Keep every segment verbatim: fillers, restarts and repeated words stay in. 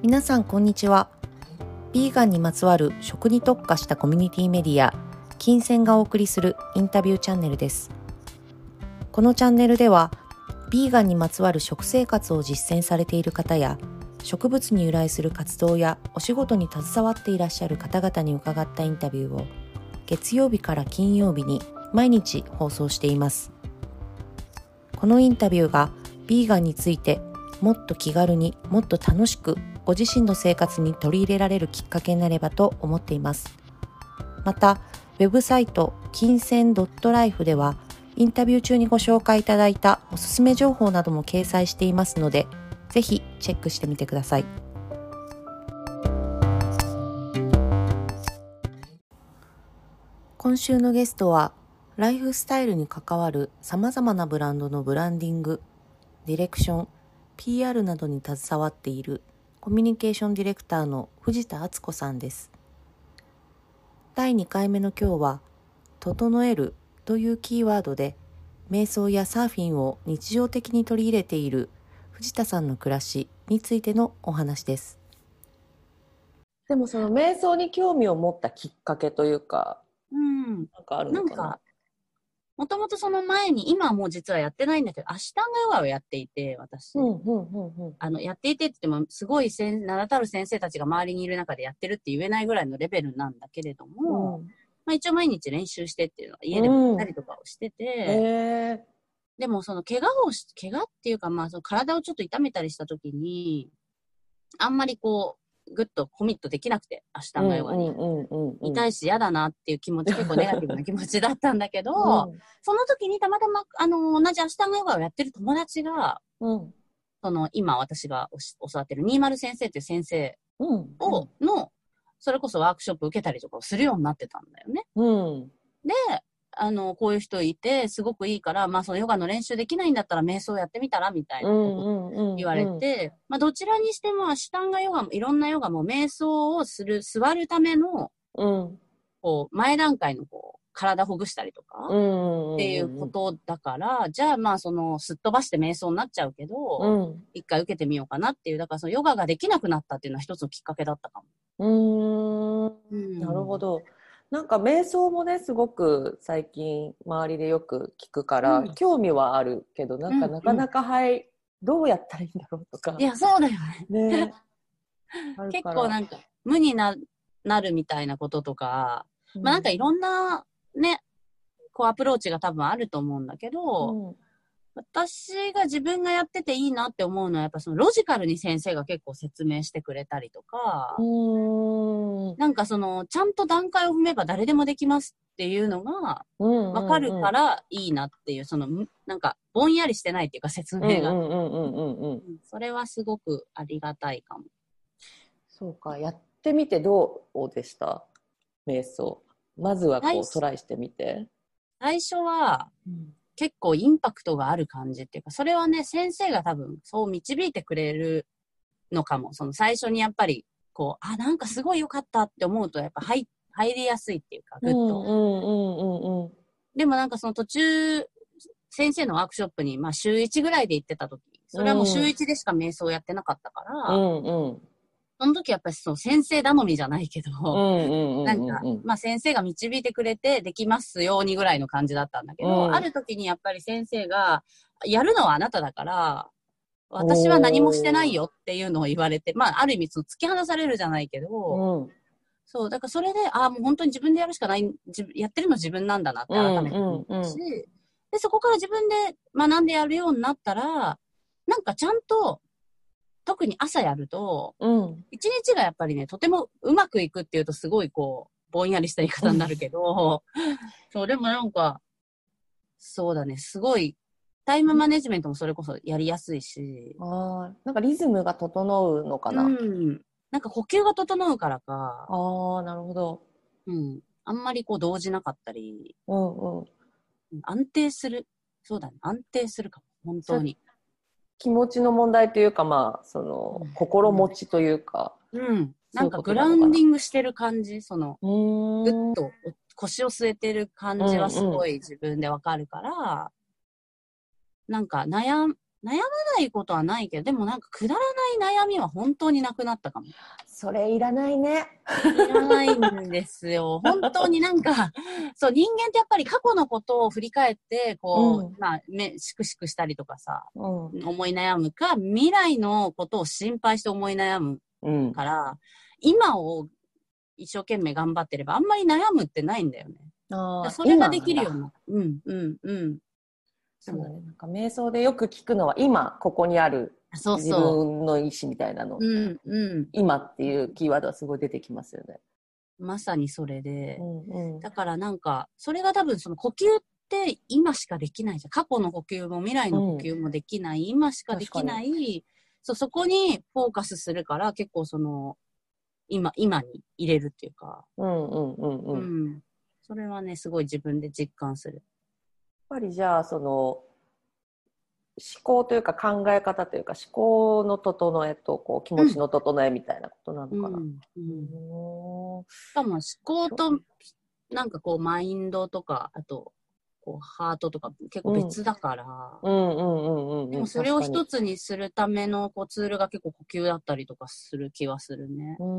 皆さんこんにちは。ビーガンにまつわる食に特化したコミュニティメディア金銭がお送りするインタビューチャンネルです。このチャンネルではビーガンにまつわる食生活を実践されている方や植物に由来する活動やお仕事に携わっていらっしゃる方々に伺ったインタビューを月曜日から金曜日に毎日放送しています。このインタビューがビーガンについてもっと気軽にもっと楽しくご自身の生活に取り入れられるきっかけになればと思っています。またウェブサイト金銭 .life ではインタビュー中にご紹介いただいたおすすめ情報なども掲載していますのでぜひチェックしてみてください。今週のゲストはライフスタイルに関わるさまざまなブランドのブランディング、ディレクション、ピーアール などに携わっているコミュニケーションディレクターの藤田敦子さんです。だいにかいめの今日は、整えるというキーワードで、瞑想やサーフィンを日常的に取り入れている藤田さんの暮らしについてのお話です。 でもその瞑想に興味を持ったきっかけというか、 うん、 なんかあるのかな？ なんかもともとその前に、今はもう実はやってないんだけど、アシュタンガヨガをやっていて、私。 うんうんうんうん、 あの、やっていてって言っても、すごいせん名だたる先生たちが周りにいる中でやってるって言えないぐらいのレベルなんだけれども、 うん、 まあ一応毎日練習してっていうのは家でもやったりとかをしてて、 うんえー、 でもその怪我をし、怪我っていうかまあその体をちょっと痛めたりした時に、あんまりこう、ぐっとコミットできなくて、アシュタンガヨガに。 うんうんうんうん、 痛いし嫌だなっていう気持ち、結構ネガティブな気持ちだったんだけど、 うん、 その時にたまたま、あの、同じアシュタンガヨガをやってる友達が、 うん、 その、今私が教わってるにじゅう先生っていう先生うんを、の、それこそワークショップ受けたりとかをするようになってたんだよね。 うん、 で、あの、こういう人いて、すごくいいから、まあ、そのヨガの練習できないんだったら瞑想やってみたらみたいなことを言われて、まあ、どちらにしてもアシュタンガヨガも、いろんなヨガも瞑想をする、座るための、 うん、 こう、前段階のこう、体ほぐしたりとか、っていうことだから、じゃあまあその、すっ飛ばして瞑想になっちゃうけど、うん、一回受けてみようかなっていう、だからそのヨガができなくなったっていうのは一つのきっかけだったかも。うーん、なるほど。なんか瞑想もねすごく最近周りでよく聞くから、うん、興味はあるけどなんかなかなか、うん、はい、どうやったらいいんだろうとか。 いやそうだよね。 ね結構なんか無に な, なるみたいなこととか、うん、まあなんかいろんなねこうアプローチが多分あると思うんだけど、うん、私が自分がやってていいなって思うのはやっぱそのロジカルに先生が結構説明してくれたりとか、うーんなんかそのちゃんと段階を踏めば誰でもできますっていうのが分かるからいいなっていう、そのなんかぼんやりしてないっていうか説明が、それはすごくありがたいかも。 そうか、やってみてどうでした？瞑想まずはこうトライしてみて。 最初は、うん結構インパクトがある感じっていうか、それはね、先生が多分そう導いてくれるのかも。その最初にやっぱり、こう、あ、なんかすごい良かったって思うと、やっぱ入、入りやすいっていうか、グッと。うんうんうんうん、でもなんかその途中、先生のワークショップに、まあ週いちぐらいで行ってた時、それはもう週いちでしか瞑想やってなかったから、うんうんその時やっぱりその先生頼みじゃないけど、なんか、まあ先生が導いてくれてできますようにぐらいの感じだったんだけど、うん、ある時にやっぱり先生が、やるのはあなただから、私は何もしてないよっていうのを言われて、まあある意味その突き放されるじゃないけど、うん、そう、だからそれで、ああ、もう本当に自分でやるしかない、やってるの自分なんだなって改めて思ったし、うんうんうん、で、そこから自分で学んでやるようになったら、なんかちゃんと、特に朝やると、うん、一日がやっぱりね、とてもうまくいくっていうとすごいこう、ぼんやりした言い方になるけど、そう、でもなんか、そうだね、すごい、タイムマネジメントもそれこそやりやすいし。 ああ、なんかリズムが整うのかな。 うん。なんか呼吸が整うからか。 ああ、なるほど。 うん。あんまりこう動じなかったり。 うんうん。 安定する。そうだね、安定するかも、本当に。 気持ちの問題というか、まあ、その、うん、心持ちというか。 うん。なんかグラウンディングしてる感じ、その、ぐっと腰を据えてる感じはすごい自分でわかるから、うんうん、なんか悩悩まないことはないけど、でもなんかくだらない悩みは本当になくなったかも。 それいらないね。 いらないんですよ。本当になんか、そう、人間ってやっぱり過去のことを振り返って、こう、うん、まあ、め、しくしくしたりとかさ、うん、思い悩むか、未来のことを心配して思い悩むから、うん、今を一生懸命頑張ってれば、あんまり悩むってないんだよね。あ、それができるような。うん、うん、うん。 そうだね。なんか瞑想でよく聞くのは、今ここにあるそうそう自分の意思みたいなの。 うんうん、 今っていうキーワードはすごい出てきますよね。 まさにそれで。 うんうん、 だからなんか、それが多分その呼吸って今しかできないじゃん。過去の呼吸も未来の呼吸もできない。うん、今しかできない。そう、そこにフォーカスするから、結構その、今、今に入れるっていうか。 うんうんうんうん。うん、 それはね、すごい自分で実感する。 やっぱりじゃあその思考というか考え方というか思考の整えとこう気持ちの整えみたいなことなのかな。うんうんうん、しかも思考となんかこうマインドとかあとこうハートとか結構別だから、でもそれを一つにするためのこうツールが結構呼吸だったりとかする気はするね。 うん、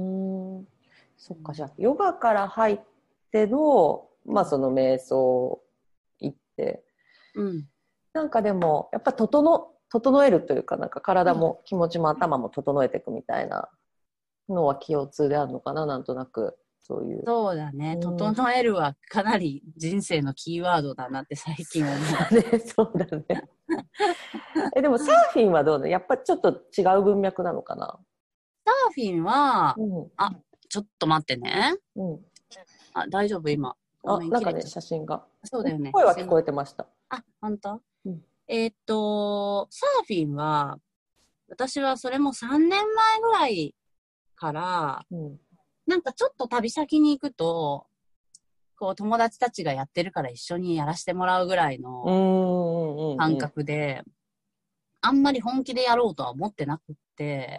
そっか、じゃあヨガから入ってのまあその瞑想行って、 うん、 なんかでもやっぱ整整えるというかなんか体も気持ちも頭も整えていくみたいなのは共通であるのかな、なんとなくそういう。 そうだね、うん、整えるはかなり人生のキーワードだなって最近思う。 ね、そうだね。えでもサーフィンはどうだ、やっぱちょっと違う文脈なのかな。 サーフィンは、うん、あちょっと待ってね。うん、あ大丈夫今。 あなんかね写真が。 そうだよね。 声は聞こえてました。 あ本当？うん、えー、っとサーフィンは私はそれもさんねんまえぐらいから、うん、なんかちょっと旅先に行くとこう友達たちがやってるから一緒にやらせてもらうぐらいの感覚で、あんまり本気でやろうとは思ってなくって、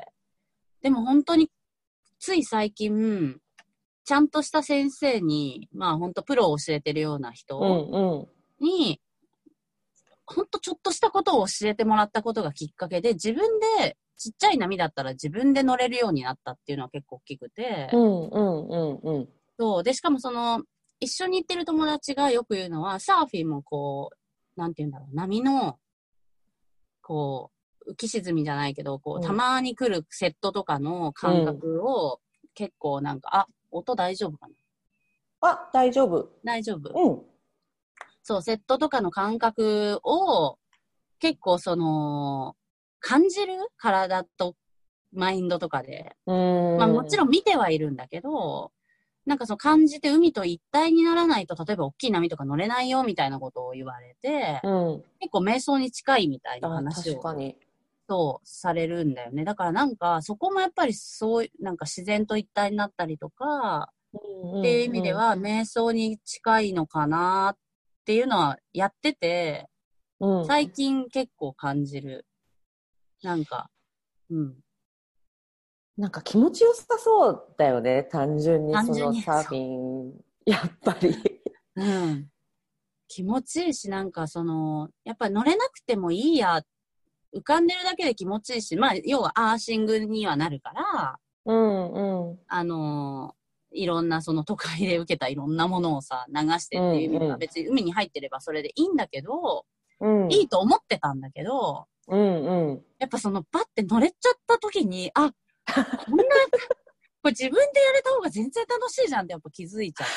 でも本当につい最近ちゃんとした先生に、まあ本当プロを教えてるような人に、本当ちょっとしたことを教えてもらったことがきっかけで、自分でちっちゃい波だったら自分で乗れるようになったっていうのは結構大きくて、 うんうんうんうん、 そうでしかもその一緒に行ってる友達がよく言うのは、サーフィンもこうなんていうんだろう、波のこう浮き沈みじゃないけど、こうたまに来るセットとかの感覚を結構なんか、うん、あ音大丈夫かな。 あ大丈夫大丈夫。 うん。 そうセットとかの感覚を結構その感じる、体とマインドとかで、 うーん、 まあもちろん見てはいるんだけど、なんかその感じて海と一体にならないと、例えば大きい波とか乗れないよみたいなことを言われて、うん、結構瞑想に近いみたいな話をそうされるんだよね。だからなんかそこもやっぱりそうなんか自然と一体になったりとか、うんうん、っていう意味では瞑想に近いのかなっていうのはやってて、うん、最近結構感じる。なんか、うん。 なんか気持ちよさそうだよね、単純にそのサーフィン、やっぱり。 うん。気持ちいいし、なんかその、やっぱ乗れなくてもいいや、浮かんでるだけで気持ちいいし、まあ、要はアーシングにはなるから、 うんうん。 あの、いろんなその都会で受けたいろんなものをさ、流してっていう意味では、別に海に入ってればそれでいいんだけど、うん、いいと思ってたんだけど、 うんうん、 やっぱそのバッて乗れちゃった時に、あ、こんな、これ自分でやれた方が全然楽しいじゃんってやっぱ気づいちゃって。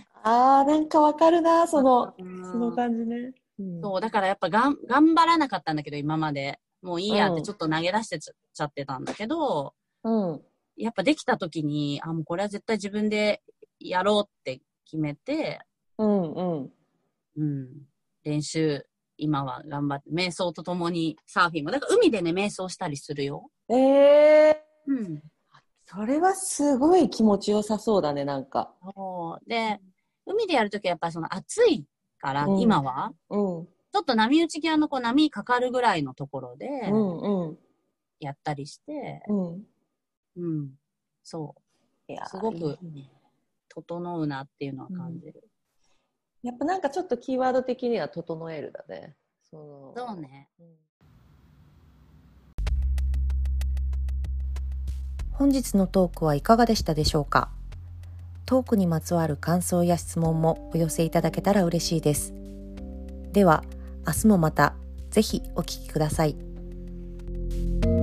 あー、なんかわかるな、その、その感じね。 うん、そう、だからやっぱがん頑張らなかったんだけど、今まで。もういいやってちょっと投げ出してちゃってたんだけど、うん、やっぱできた時に、あ、もうこれは絶対自分でやろうって決めて、 うんうん。 うん、練習、今は頑張って、瞑想とともにサーフィンも。だから海でね、瞑想したりするよ。 えー。 うん。 それはすごい気持ちよさそうだね、なんか。 そうで、海でやるときはやっぱりその暑いから、うん、今は、うん、ちょっと波打ち際のこう波かかるぐらいのところで、やったりして、うん、うん、そう。いやすごく整うなっていうのは感じる。 うん、やっぱなんかちょっとキーワード的には整えるだね。 そのそうね。うん本日のトークはいかがでしたでしょうか。トークにまつわる感想や質問もお寄せいただけたら嬉しいです。では、明日もまたぜひお聞きください。